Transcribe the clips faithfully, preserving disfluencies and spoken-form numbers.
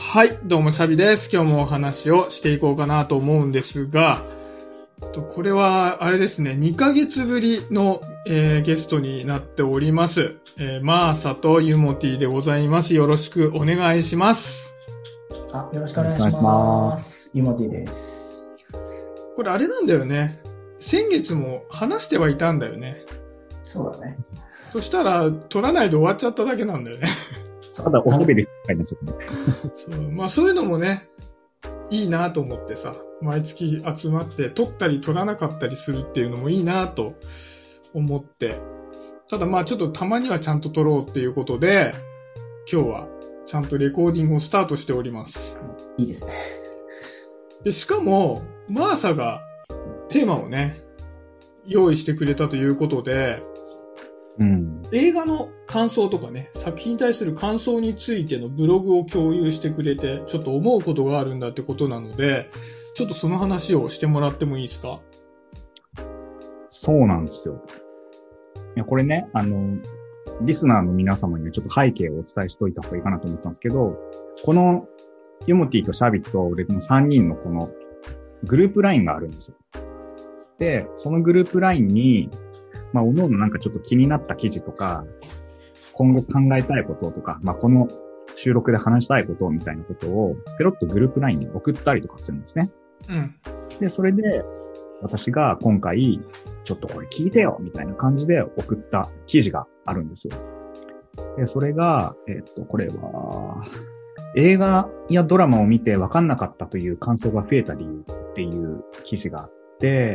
はい、どうもシャビです。今日もお話をしていこうかなと思うんですが、これはあれですね、にかげつぶりの、えー、ゲストになっております、えー、マーサとユモティでございます。よろしくお願いします。 あ、よろしくお願いします。ユモティです。 これあれなんだよね。先月も話してはいたんだよね。 そうだね。 そしたら撮らないで終わっちゃっただけなんだよね。 ただおしゃべりになっちゃったね。 そう、まあそういうのもね、いいなと思ってさ、毎月集まって撮ったり撮らなかったりするっていうのもいいなと思って、ただまあちょっとたまにはちゃんと撮ろうっていうことで、今日はちゃんとレコーディングをスタートしております。 いいですね。 で、しかも、マーサがテーマをね、用意してくれたということで、 うん、 映画の感想とかね、作品に対する感想についてのブログを共有してくれて、ちょっと思うことがあるんだってことなので、ちょっとその話をしてもらってもいいですか？ そうなんですよ。いや、これね、あの、リスナーの皆様にはちょっと背景をお伝えしておいた方がいいかなと思ったんですけど、このユモティとシャビと俺のさんにんのこのグループラインがあるんですよ。で、そのグループラインに、まあ、おのおのなんかちょっと気になった記事とか、今後考えたいこととか、まあ、この収録で話したいことみたいなことを、ペロッとグループラインに送ったりとかするんですね。 うん。 で、それで、私が今回、ちょっとこれ聞いてよみたいな感じで送った記事があるんですよ。で、それが、えっと、これは、映画やドラマを見て分かんなかったという感想が増えた理由っていう記事があって、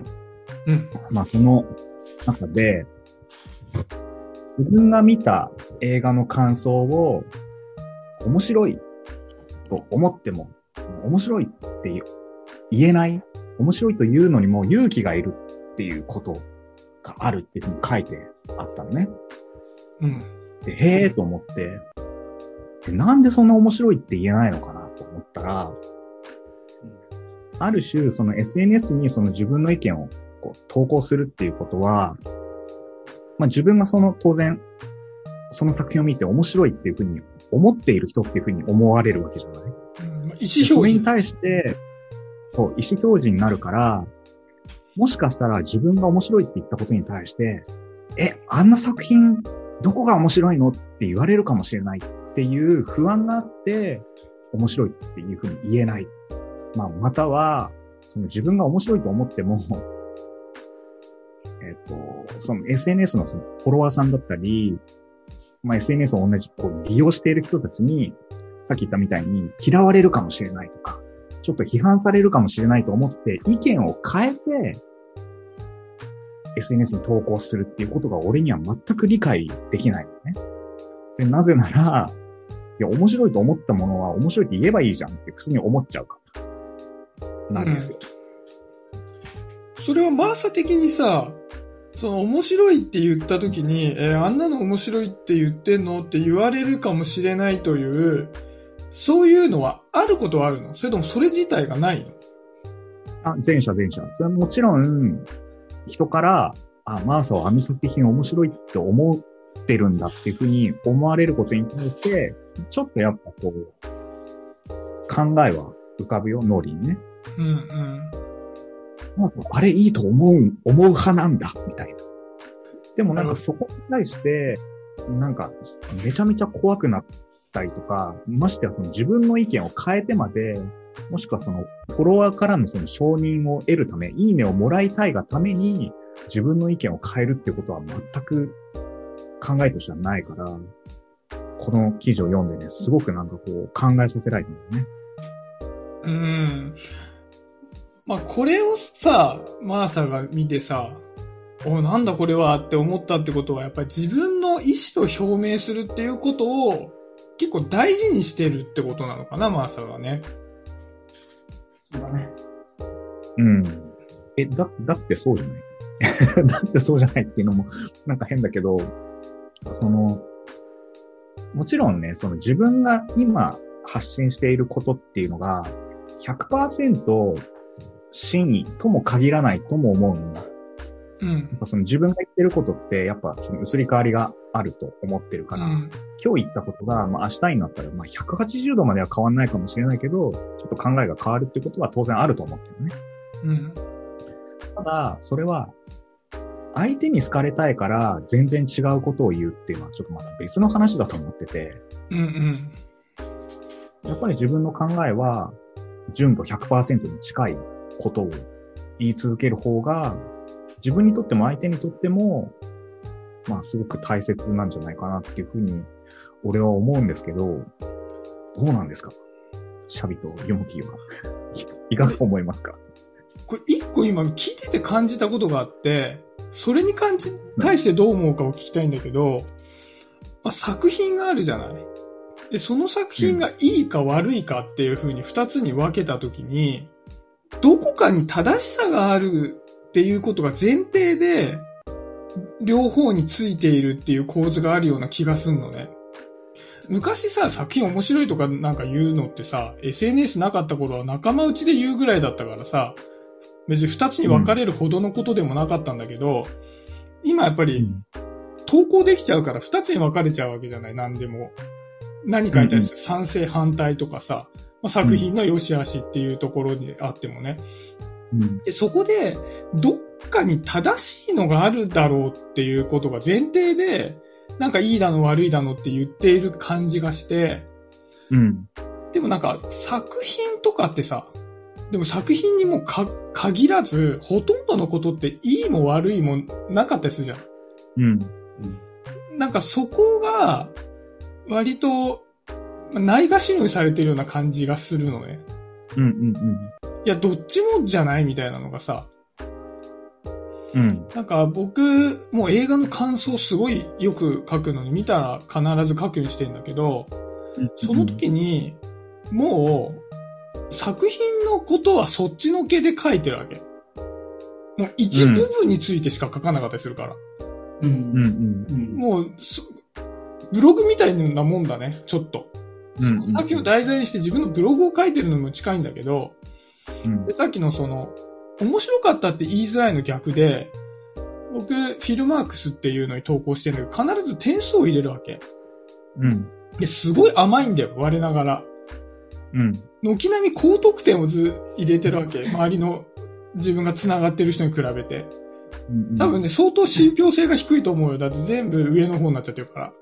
うん。 まあ、その中で、自分が見た映画の感想を面白いと思っても、面白いって言えない、面白いと言うのにも勇気がいるっていうことがあるっていうふうに書いてあったのね。 うん。 で、へーと思って、で、なんでそんな面白いって言えないのかなと思ったら、ある種その エスエヌエス にその自分の意見をこう投稿するっていうことは、まあ自分がその当然その作品を見て面白いっていうふうに思っている人っていうふうに思われるわけじゃない。うん、 意思表示。それに対して、そう、意思表示になるから、もしかしたら自分が面白いって言ったことに対して、え、あんな作品どこが面白いのって言われるかもしれないっていう不安があって、面白いっていうふうに言えない。まあ、または、その自分が面白いと思っても、えっと、その エスエヌエス のそのフォロワーさんだったり、まあ エスエヌエス を同じこう利用している人たちに、さっき言ったみたいに嫌われるかもしれないとか、ちょっと批判されるかもしれないと思って意見を変えて エスエヌエス に投稿するっていうことが俺には全く理解できないのね。それなぜなら、いや面白いと思ったものは面白いって言えばいいじゃんって普通に思っちゃうからなんですよ。 うん、それはマーサ的にさ、その面白いって言った時に、えー、あんなの面白いって言ってんのって言われるかもしれないという、そういうのはあることはあるの？それともそれ自体がないの？ あ、前者前者。それはもちろん、人から、あ、マーサはあの作品面白いって思ってるんだっていうふうに思われることに対して、ちょっとやっぱこう、考えは浮かぶよ、脳裏にね。 うんうん。 マーサはあれいいと思う、思う派なんだ、みたいな。でもなんかそこに対して、なんかめちゃめちゃ怖くなったりとか、ましてはその自分の意見を変えてまで、もしくはそのフォロワーからのその承認を得るため、いいねをもらいたいがために自分の意見を変えるっていうことは全く考えとしてはないから、この記事を読んでね、すごくなんかこう考えさせられたんだよね。 うーん。まあこれをさ、マーサが見てさ、お、なんだこれはって思ったってことは、やっぱり自分の意思を表明するっていうことを結構大事にしてるってことなのかな、マーサがね。 そうだね。 うん。え、だ、だってそうじゃないだってそうじゃないっていうのもなんか変だけど、その、もちろんね、その自分が今発信していることっていうのが ひゃくパーセント 真意とも限らないとも思うんだ。 うん。やっぱその自分が言ってることってやっぱその移り変わりがあると思ってるから、うん、 今日言ったことが、まあ、明日になったら、まあ、ひゃくはちじゅうどまでは変わんないかもしれないけど、ちょっと考えが変わるってことは当然あると思ってるね。 うん。 ただ、それは、相手に好かれたいから全然違うことを言うっていうのはちょっとまた別の話だと思ってて。 うんうん。 やっぱり自分の考えは、純度 ひゃくパーセント に近いことを言い続ける方が、自分にとっても相手にとっても、まあすごく大切なんじゃないかなっていうふうに、俺は思うんですけど、どうなんですか？シャビとヨモティは。いかが思いますか？ これ一個今聞いてて感じたことがあって、それに感じ、対してどう思うかを聞きたいんだけど、まあ、作品があるじゃない。で、その作品がいいか悪いかっていう風に二つに分けたときに、どこかに正しさがあるっていうことが前提で、両方についているっていう構図があるような気がすんのね。昔さ、作品面白いとかなんか言うのってさ、エスエヌエス なかった頃は仲間内で言うぐらいだったからさ、別に二つに分かれるほどのことでもなかったんだけど、今やっぱり投稿できちゃうから二つに分かれちゃうわけじゃない、何でも。何かに対して賛成反対とかさ、まあ、作品の良し悪しっていうところにあってもね。うん、でそこで、どっかに正しいのがあるだろうっていうことが前提で、なんかいいだの悪いだのって言っている感じがして、うん、でもなんか作品とかってさ、でも作品にもか限らず、ほとんどのことっていいも悪いもなかったりするじゃん。うん。なんかそこが、割と、ないがしろにされてるような感じがするのね。うんうんうん。いや、どっちもじゃないみたいなのがさ。うん。なんか僕、もう映画の感想すごいよく書くのに、見たら必ず書くようにしてんだけど、うんうん、その時に、もう、作品のことはそっちのけで書いてるわけ。もう一部分についてしか書かなかったりするから。うんうんうん、もう、ブログみたいなもんだね、ちょっと。その作品を題材にして自分のブログを書いてるのも近いんだけど、うん、でさっきのその、面白かったって言いづらいの逆で、僕、フィルマークスっていうのに投稿してるんだけど、必ず点数を入れるわけ。うん。で、すごい甘いんだよ、我ながら。うん。軒並み高得点をず入れてるわけ。周りの自分が繋がってる人に比べて。うんうん、多分ね、相当信憑性が低いと思うよ。だって全部上の方になっちゃってるから。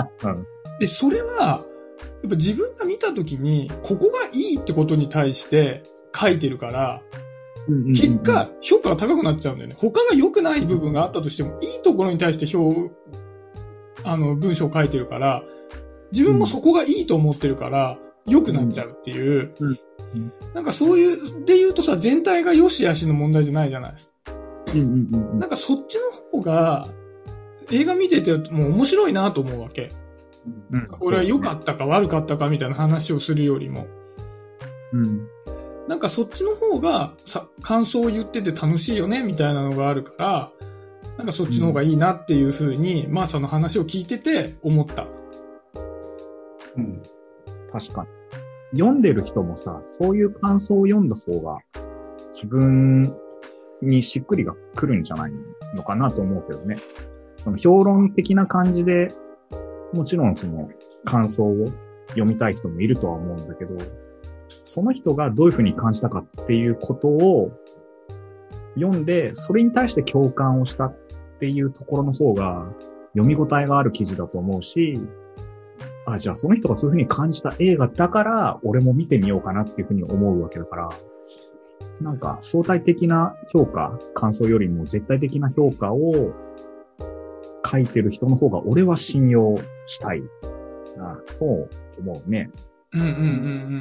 うん、で、それは、やっぱ自分が見たときに、ここがいいってことに対して書いてるから、うんうんうん、結果、評価が高くなっちゃうんだよね。他が良くない部分があったとしても、いいところに対して評、あの、文章を書いてるから、自分もそこがいいと思ってるから、良くなっちゃうっていう、うんうんうん、なんかそういう、で言うとさ、全体が良し悪しの問題じゃないじゃない。うんうんうん、なんかそっちの方が、映画見ててもう面白いなと思うわけ。うん、これは良かったか悪かったかみたいな話をするよりも。うん、なんかそっちの方がさ、感想を言ってて楽しいよねみたいなのがあるから、なんかそっちの方がいいなっていうふうに、うん、まあその話を聞いてて思った。 うん。確かに。読んでる人もさ、そういう感想を読んだ方が自分にしっくりが来るんじゃないのかなと思うけどね。その評論的な感じで、もちろんその感想を読みたい人もいるとは思うんだけど、その人がどういうふうに感じたかっていうことを読んで、それに対して共感をしたっていうところの方が読み応えがある記事だと思うし、あ、じゃあその人がそういうふうに感じた映画だから、俺も見てみようかなっていうふうに思うわけだから、なんか相対的な評価、感想よりも絶対的な評価を書いてる人の方が俺は信用したいなと思うね。 うんうんうんうん。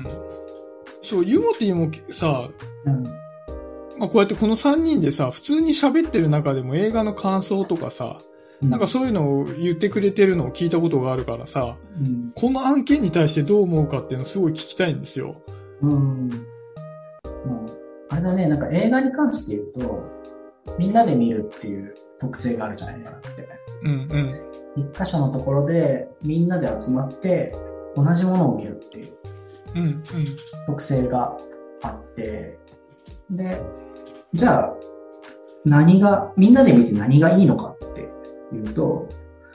そう、ユモティもさ、うん、まあこうやってこのさんにんでさ、普通に喋ってる中でも映画の感想とかさ、なんかそういうのを言ってくれてるのを聞いたことがあるからさ、うん、この案件に対してどう思うかっていうのをすごい聞きたいんですよ。うん。 あれだね、なんか映画に関して言うと、みんなで見るっていう特性があるじゃないかなって。うんうん。一箇所のところでみんなで集まって同じものを見るっていう特性があって、で、じゃあ何が、みんなで見て何がいいのかっていうと、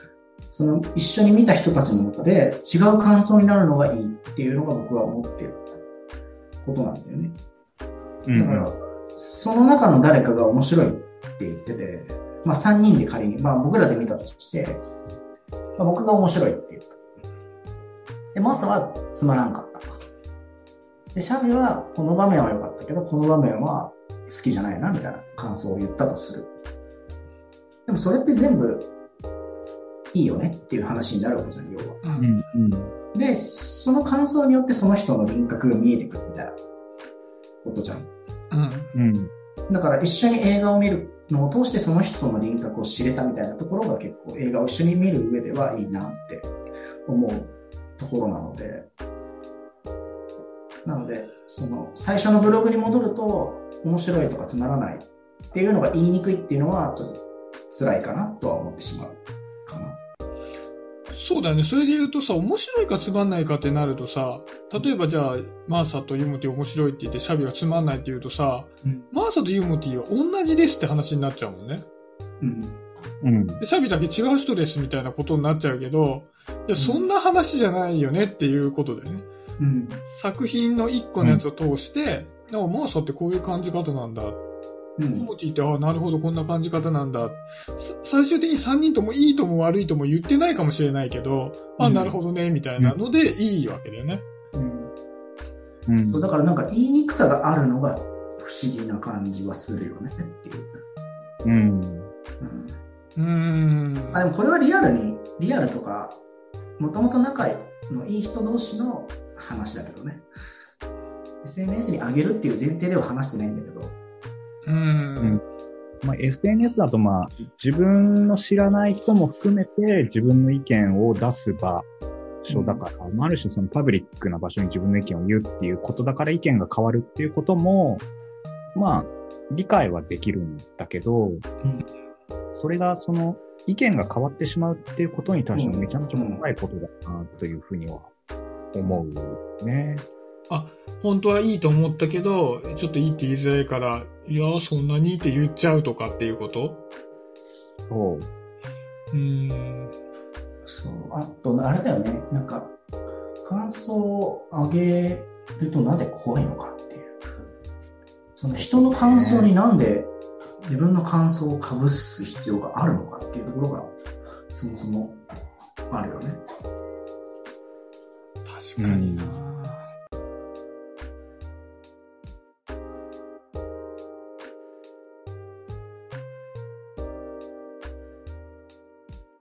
その一緒に見た人たちの中で違う感想になるのがいいっていうのが僕は思ってることなんだよね。だから、うん、その中の誰かが面白いって言ってて、まあさんにんで仮に、まあ僕らで見たとして、まあ、僕が面白いって言った。で、マーサはつまらんかった。で、シャビはこの場面は良かったけど、この場面は好きじゃないなみたいな感想を言ったとする。でもそれって全部いいよねっていう話になるわけじゃん、要は。うんうん、で、その感想によってその人の輪郭が見えてくるみたいなことじゃん。うんうん、だから一緒に映画を見るのを通してその人の輪郭を知れたみたいなところが結構映画を一緒に見る上ではいいなって思うところなので、なのでその最初のブログに戻ると面白いとかつまらないっていうのが言いにくいっていうのはちょっと辛いかなとは思ってしまうかな。 そうだよね。それで言うとさ、面白いかつまんないかってなるとさ、例えばじゃあマーサとユモティ面白いって言ってシャビがつまんないって言うとさ、うん、マーサとユモティは同じですって話になっちゃうもんね。うんうん、でシャビだけ違う人ですみたいなことになっちゃうけど、いやそんな話じゃないよねっていうことだよね。うん、作品の一個のやつを通して、うん、マーサってこういう感じ方なんだ。ユモティって、ああ、なるほど、こんな感じ方なんだ。最終的にさんにんともいいとも悪いとも言ってないかもしれないけど、うん、あなるほどね、みたいなのでいいわけだよね。 うんうん、そうだからなんか言いにくさがあるのが不思議な感じはするよねっていう。うん。うん。うんあでもこれはリアルに、リアルとか、もともと仲のいい人同士の話だけどね。エスエヌエス に上げるっていう前提では話してないんだけど、 うんうんまあ、エスエヌエス だと、まあ、自分の知らない人も含めて自分の意見を出す場所だから、うん、ある種そのパブリックな場所に自分の意見を言うっていうことだから意見が変わるっていうことも、まあ、理解はできるんだけど、うん、それがその意見が変わってしまうっていうことに対してもめちゃめちゃ怖いことだなというふうには思うね。 あ、本当はいいと思ったけど、ちょっといいって言いづらいから、いやーそんなにって言っちゃうとかっていうこと？ そう。 うーん。 そう。あと、あれだよね。なんか、感想を上げるとなぜ怖いのかっていう。その人の感想になんで自分の感想を被す必要があるのかっていうところが、そもそもあるよね。 確かにな、うん